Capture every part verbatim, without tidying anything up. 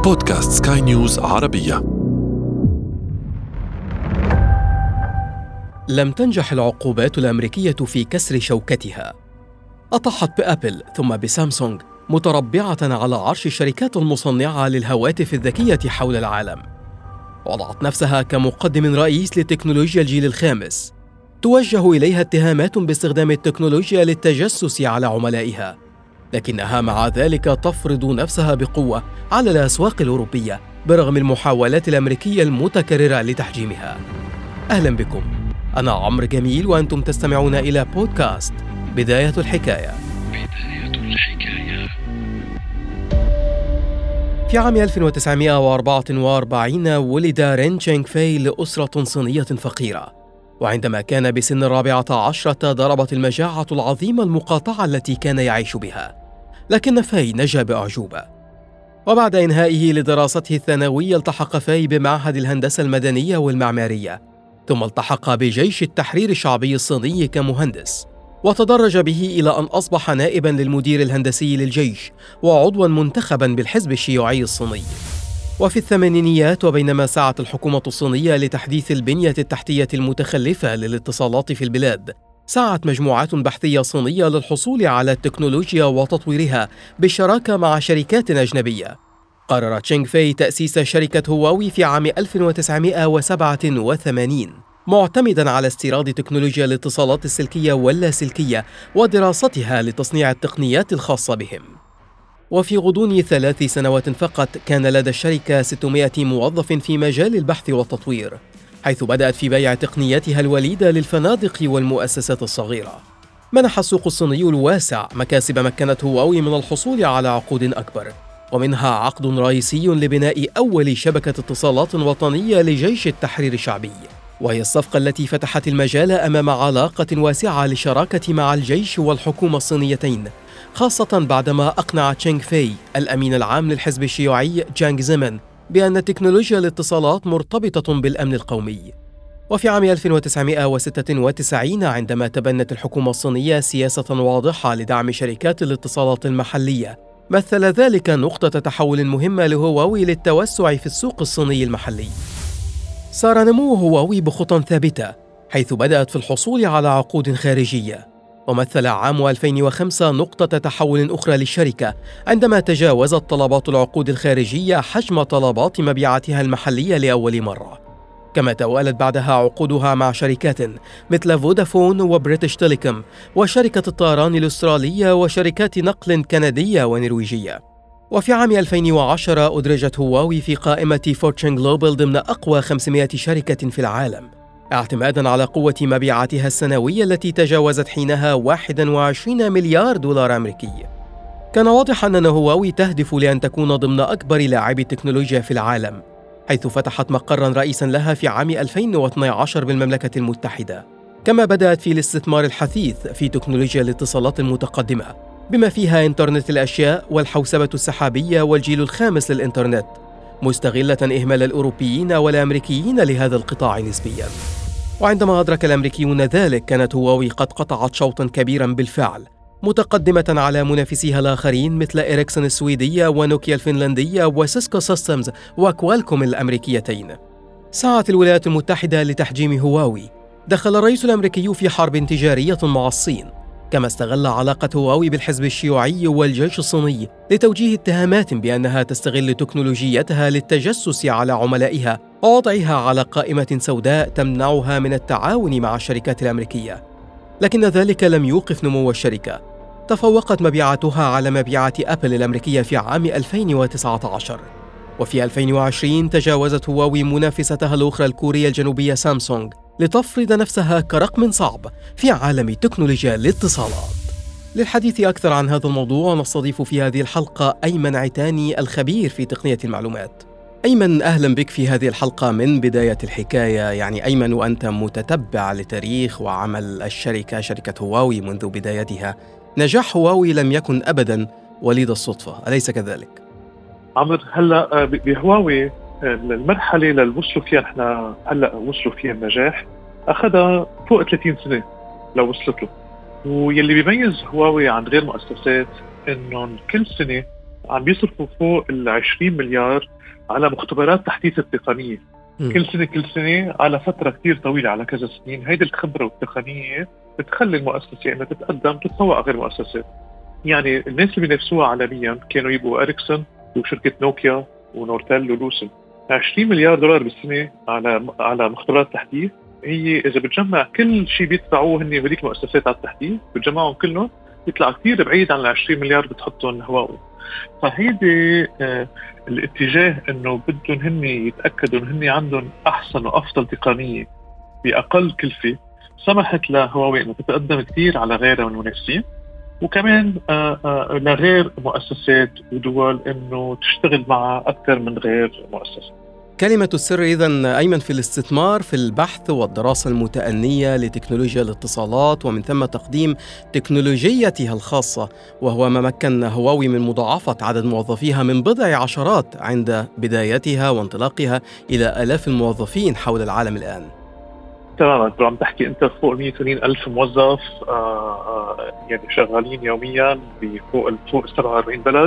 بودكاست سكاي نيوز عربية. لم تنجح العقوبات الأمريكية في كسر شوكتها. أطاحت بأبل ثم بسامسونج متربعة على عرش الشركات المصنعة للهواتف الذكية حول العالم. وضعت نفسها كمقدم رئيس لتكنولوجيا الجيل الخامس. توجه إليها اتهامات باستخدام التكنولوجيا للتجسس على عملائها، لكنها مع ذلك تفرض نفسها بقوة على الأسواق الأوروبية برغم المحاولات الأمريكية المتكررة لتحجيمها. أهلا بكم، أنا عمرو جميل وأنتم تستمعون إلى بودكاست بداية الحكاية. بداية الحكاية. في عام ألف وتسعمائة وأربعة وأربعين ولد رين تشينغ فاي لأسرة صينية فقيرة، وعندما كان بسن الرابعة عشرة ضربت المجاعة العظيمة المقاطعة التي كان يعيش بها، لكن فاي نجا بأعجوبة. وبعد إنهائه لدراسته الثانوية التحق فاي بمعهد الهندسة المدنية والمعمارية، ثم التحق بجيش التحرير الشعبي الصيني كمهندس، وتدرج به إلى أن أصبح نائباً للمدير الهندسي للجيش وعضواً منتخباً بالحزب الشيوعي الصيني. وفي الثمانينيات، وبينما سعت الحكومة الصينية لتحديث البنية التحتية المتخلفة للاتصالات في البلاد، سعت مجموعات بحثية صينية للحصول على التكنولوجيا وتطويرها بالشراكة مع شركات أجنبية. قرر تشينغ فاي تأسيس شركة هواوي في عام ألف وتسعمائة وسبعة وثمانين، معتمداً على استيراد تكنولوجيا الاتصالات السلكية واللاسلكية ودراستها لتصنيع التقنيات الخاصة بهم. وفي غضون ثلاث سنوات فقط كان لدى الشركة ستمائة موظف في مجال البحث والتطوير، حيث بدأت في بيع تقنياتها الوليدة للفنادق والمؤسسات الصغيرة. منح السوق الصيني الواسع مكاسب مكنت هواوي من الحصول على عقود أكبر، ومنها عقد رئيسي لبناء أول شبكة اتصالات وطنية لجيش التحرير الشعبي، وهي الصفقة التي فتحت المجال أمام علاقة واسعة للشراكة مع الجيش والحكومة الصينيتين، خاصة بعدما أقنع تشينغ فاي الأمين العام للحزب الشيوعي جانغ زيمين بأن تكنولوجيا الاتصالات مرتبطة بالأمن القومي. وفي عام ألف وتسعمائة وستة وتسعين، عندما تبنت الحكومة الصينية سياسة واضحة لدعم شركات الاتصالات المحلية، مثل ذلك نقطة تحول مهمة لهواوي للتوسع في السوق الصيني المحلي. سار نمو هواوي بخطى ثابتة، حيث بدأت في الحصول على عقود خارجية، ومثل عام ألفين وخمسة نقطة تحول أخرى للشركة عندما تجاوزت طلبات العقود الخارجية حجم طلبات مبيعاتها المحلية لأول مرة. كما توالت بعدها عقودها مع شركات مثل فودافون وبريتش تيليكوم وشركة الطيران الأسترالية وشركات نقل كندية ونرويجية. وفي عام ألفين وعشرة أدرجت هواوي في قائمة فورتشن جلوبال ضمن أقوى خمسمائة شركة في العالم، اعتماداً على قوة مبيعاتها السنوية التي تجاوزت حينها واحد وعشرين مليار دولار أمريكي. كان واضحاً أن هواوي تهدف لأن تكون ضمن أكبر لاعبي التكنولوجيا في العالم، حيث فتحت مقراً رئيساً لها في عام ألفين واثني عشر بالمملكة المتحدة. كما بدأت في الاستثمار الحثيث في تكنولوجيا الاتصالات المتقدمة، بما فيها إنترنت الأشياء والحوسبة السحابية والجيل الخامس للإنترنت، مستغلة إهمال الأوروبيين والأمريكيين لهذا القطاع نسبياً. وعندما أدرك الأمريكيون ذلك، كانت هواوي قد قطعت شوطاً كبيراً بالفعل، متقدمة على منافسيها الآخرين مثل إريكسون السويدية ونوكيا الفنلندية وسيسكو سيستمز وكوالكوم الأمريكيتين. سعت الولايات المتحدة لتحجيم هواوي. دخل الرئيس الأمريكي في حرب تجارية مع الصين، كما استغل علاقة هواوي بالحزب الشيوعي والجيش الصيني لتوجيه اتهامات بأنها تستغل تكنولوجيتها للتجسس على عملائها ووضعها على قائمة سوداء تمنعها من التعاون مع الشركات الأمريكية. لكن ذلك لم يوقف نمو الشركة. تفوقت مبيعاتها على مبيعات أبل الأمريكية في عام ألفين وتسعة عشر، وفي ألفين وعشرين تجاوزت هواوي منافستها الأخرى الكورية الجنوبية سامسونج لتفرض نفسها كرقم صعب في عالم تكنولوجيا الاتصالات. للحديث أكثر عن هذا الموضوع نستضيف في هذه الحلقة أيمن عتاني، الخبير في تقنية المعلومات. أيمن، أهلا بك في هذه الحلقة من بداية الحكاية. يعني أيمن، وأنت متتبع لتاريخ وعمل الشركة شركة هواوي منذ بدايتها، نجاح هواوي لم يكن أبدا وليد الصدفة، أليس كذلك؟ عمر، هلا بهواوي المرحلة اللي وصلوا فيها احنا هلا وصلوا فيها النجاح أخذها فوق ثلاثين سنة لو وصلت له. ويلي بيميز هواوي عن غير مؤسسات إنه كل سنة عم بيصرفوا فوق ال عشرين مليار على مختبرات تحديث التقنية م. كل سنة كل سنة على فترة كتير طويلة، على كذا سنين. هيدي الخبرة والتقنية بتخلي المؤسسة انها تتقدم تتفوق غير مؤسسات. يعني الناس اللي بينافسوها عالميا كانوا يبقوا إريكسون وشركة نوكيا ونورتل ولوسن. عشرين مليار دولار بالسنة على على مختبرات تحديث، هي إذا بتجمع كل شيء بيدفعوه هني هذيك المؤسسات على التحديث بتجمعهم كلهم يطلع كتير بعيد عن العشرين مليار بتحطهم هواوي. فهيدي آه الاتجاه إنه بدهم هني يتأكدوا إن هني عندهم أحسن وأفضل تقنية بأقل كلفة، سمحت لهواوي إنه تتقدم كتير على غيرها من المنافسين، وكمان آآ آآ لغير مؤسسات ودول إنه تشتغل مع أكثر من غير مؤسسة. كلمة السر إذن أيمن في الاستثمار في البحث والدراسة المتأنية لتكنولوجيا الاتصالات، ومن ثم تقديم تكنولوجيتها الخاصة، وهو ما مكن هواوي من مضاعفة عدد موظفيها من بضع عشرات عند بدايتها وانطلاقها إلى آلاف الموظفين حول العالم الآن. تماما، عم تحكي انت فوق مئة وثمانين ألف موظف آآ آآ يعني شغالين يوميا بفوق فوق سبعة وأربعين بلد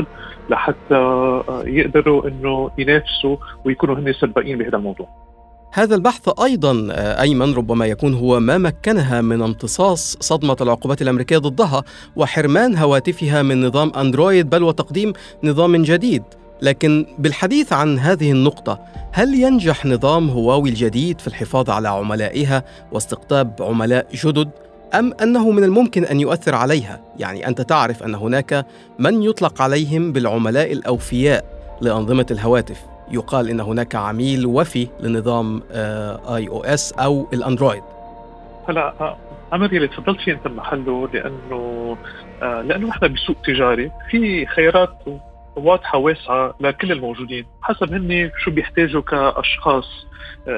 لحتى يقدروا انه ينافسوا ويكونوا هن سباقين بهذا الموضوع. هذا البحث أيضا أيمن ربما يكون هو ما مكنها من امتصاص صدمة العقوبات الأمريكية ضدها وحرمان هواتفها من نظام أندرويد، بل وتقديم نظام جديد. لكن بالحديث عن هذه النقطة، هل ينجح نظام هواوي الجديد في الحفاظ على عملائها واستقطاب عملاء جدد، أم أنه من الممكن أن يؤثر عليها؟ يعني أنت تعرف أن هناك من يطلق عليهم بالعملاء الأوفياء لأنظمة الهواتف، يقال إن هناك عميل وفي لنظام آي أو إس أو الأندرويد. هلا عمر يلي تفضلت فيه أنت محله، لأنه آه لأنه إحنا بسوق تجاري في خيارات واضحة واسعة لكل الموجودين حسب هني شو بيحتاجوا كأشخاص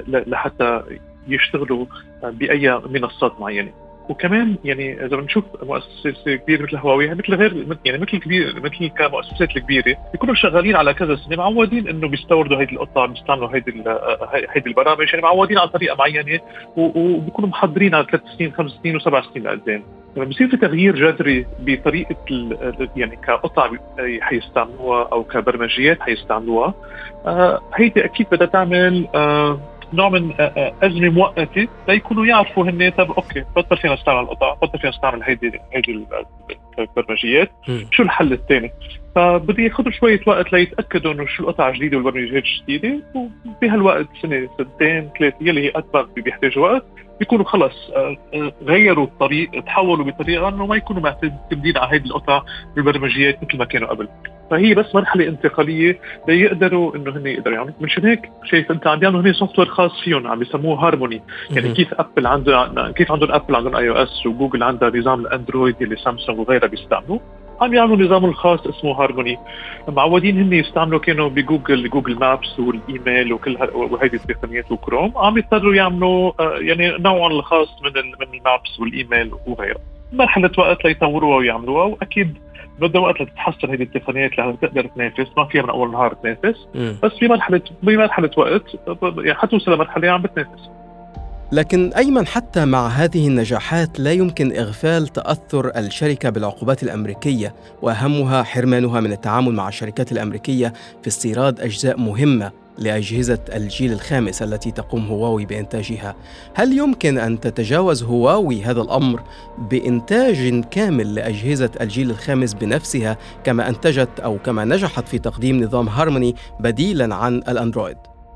لحتى يشتغلوا بأي منصات معينة. وكمان يعني إذا بنشوف مؤسسة كبيرة مثل هواوي مثل غير يعني مثل كبير مثل كمؤسسات الكبيرة بيكونوا شغالين على كذا سنة، معودين إنه بيستوردوا هيدي القطع، بيستعملوا هيدي هيدي البرامج، يعني معودين على طريقة معينة وبيكونوا محضرين على ثلاث سنين خمس سنين وسبع سنين لقدام. لما بيصير في تغيير جذري بطريقة يعني كقطع حيستعملوها أو كبرمجيات حيستعملوها، آه هيدي أكيد بدها تعمل آه نوع من أزمة مؤقتة ليكونوا يعرفوا هن طب أوكي بطل فينا نستعمل القطع، بطل فينا نستعمل هيدي هيدي البرمجيات، شو الحل الثاني؟ فبدي ياخذوا شوية وقت ليتأكدوا إنه شو القطع الجديدة والبرمجيات الجديدة، وبهالوقت سنة سنتين ثلاثة يلي هي أكبر بيحتاجوا وقت بيكونوا خلص غيروا الطريق، تحولوا بطريقة إنه ما يكونوا معتمدين على هيدي القطع بالبرمجيات مثل ما كانوا قبل. فهي بس مرحلة انتقالية ليقدروا إنه هن يقدروا يعني من شبهك شايف أنت عم بيعملوا هن سوفت وير خاص فيهم عم بيسموه هارموني. يعني كيف أبل عنده كيف عندهم أبل عندهم آي أو إس وجوجل عندها نظام الأندرويد اللي سامسونج وغيرها بيستعملوا، عم يعملوا نظام الخاص اسمه هارموني. معودين هن يستعملوا كانوا بجوجل جوجل مابس والإيميل وكل وهيدي التقنيات وكروم، عم يضطروا يعملوا يعني نوعا الخاص من من المابس والإيميل وغيرها. مرحلة وقت ليطوروها ويعملوها، وأكيد بدها وقت لتتحسن هذه التقنيات لتقدر تنافس، ما فيها من أول نهار تنافس، بس في مرحلة بمرحلة وقت يعني حتوصل لمرحلة عم بتنافس. لكن أيمن حتى مع هذه النجاحات لا يمكن إغفال تأثر الشركة بالعقوبات الأمريكية، وأهمها حرمانها من التعامل مع الشركات الأمريكية في استيراد أجزاء مهمة لأجهزة الجيل الخامس التي تقوم هواوي بإنتاجها. هل يمكن أن تتجاوز هواوي هذا الأمر بإنتاج كامل لأجهزة الجيل الخامس بنفسها كما أنتجت أو كما نجحت في تقديم نظام هارموني بديلاً عن الأندرويد؟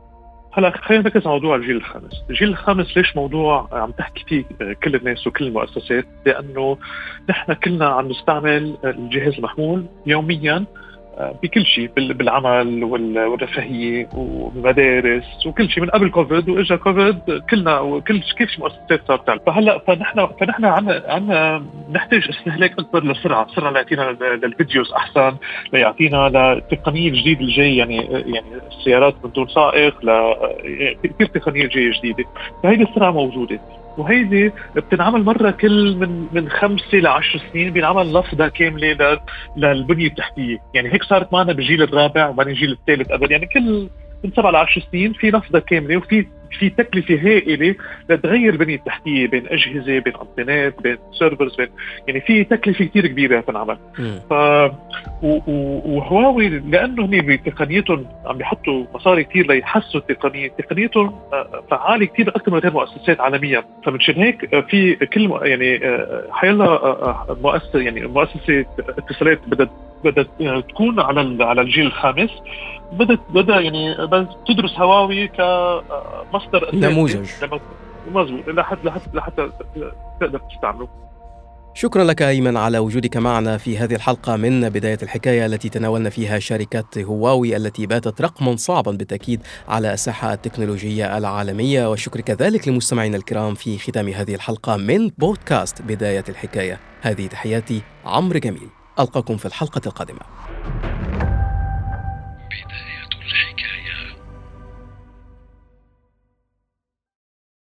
هلا خلينا نركز على موضوع الجيل الخامس. الجيل الخامس ليش موضوع عم تحكي فيه كل الناس وكل المؤسسات؟ لأنه نحن كلنا عم نستعمل الجهاز المحمول يومياً بكل شيء، بالعمل والرفاهية والمدارس وكل شيء من قبل كوفيد وإجا كوفيد كلنا وكل كيف مؤسسات صارت تعمل. فهلا فنحن فنحن عنا عنا نحتاج استهلاك أكبر للسرعة، سرعة ليعطينا للفيديوز أحسن، ليعطينا للتقنية الجديدة الجاي، يعني يعني السيارات من دون سائق، لا كثير تقنية جاية جديدة. فهيدي السرعة موجودة، وهيدي بتنعمل مرة كل من من خمسة لعشر سنين بينعمل لفظة كاملة للبنية التحتية. يعني هيك صارت معنا بالجيل الرابع وبعدين الجيل الثالث قبل، يعني كل من سبعة لعشر سنين في لفظة كاملة وفي في تكلفة هائلة لتغير بنية التحتية بين أجهزة، بين أنترنت، بين سيرفرز، بين يعني في تكلفة كتير كبيرة تنعمل. ف وهواوي لأنه هني بتقنيتهم عم بيحطوا مصاري كتير ليحسوا التقنية، تقنيتهم فعالي كتير أكثر من غير مؤسسات عالميا. فمنشان هيك في كل يعني حيلا مؤسسة يعني مؤسسة اتصالات بدأت بدأت تكون على على الجيل الخامس، بدأت بدأ يعني بدأت تدرس هواوي كمصدر نموذج مظبوط لحتى لحتى لحتى تقدر تستعمله. شكرا لك أيمن على وجودك معنا في هذه الحلقة من بداية الحكاية التي تناولنا فيها شركة هواوي التي باتت رقما صعبا بالتأكيد على الساحة التكنولوجية العالمية. والشكر كذلك لمستمعينا الكرام في ختام هذه الحلقة من بودكاست بداية الحكاية. هذه تحياتي عمرو جميل، ألقاكم في الحلقة القادمة.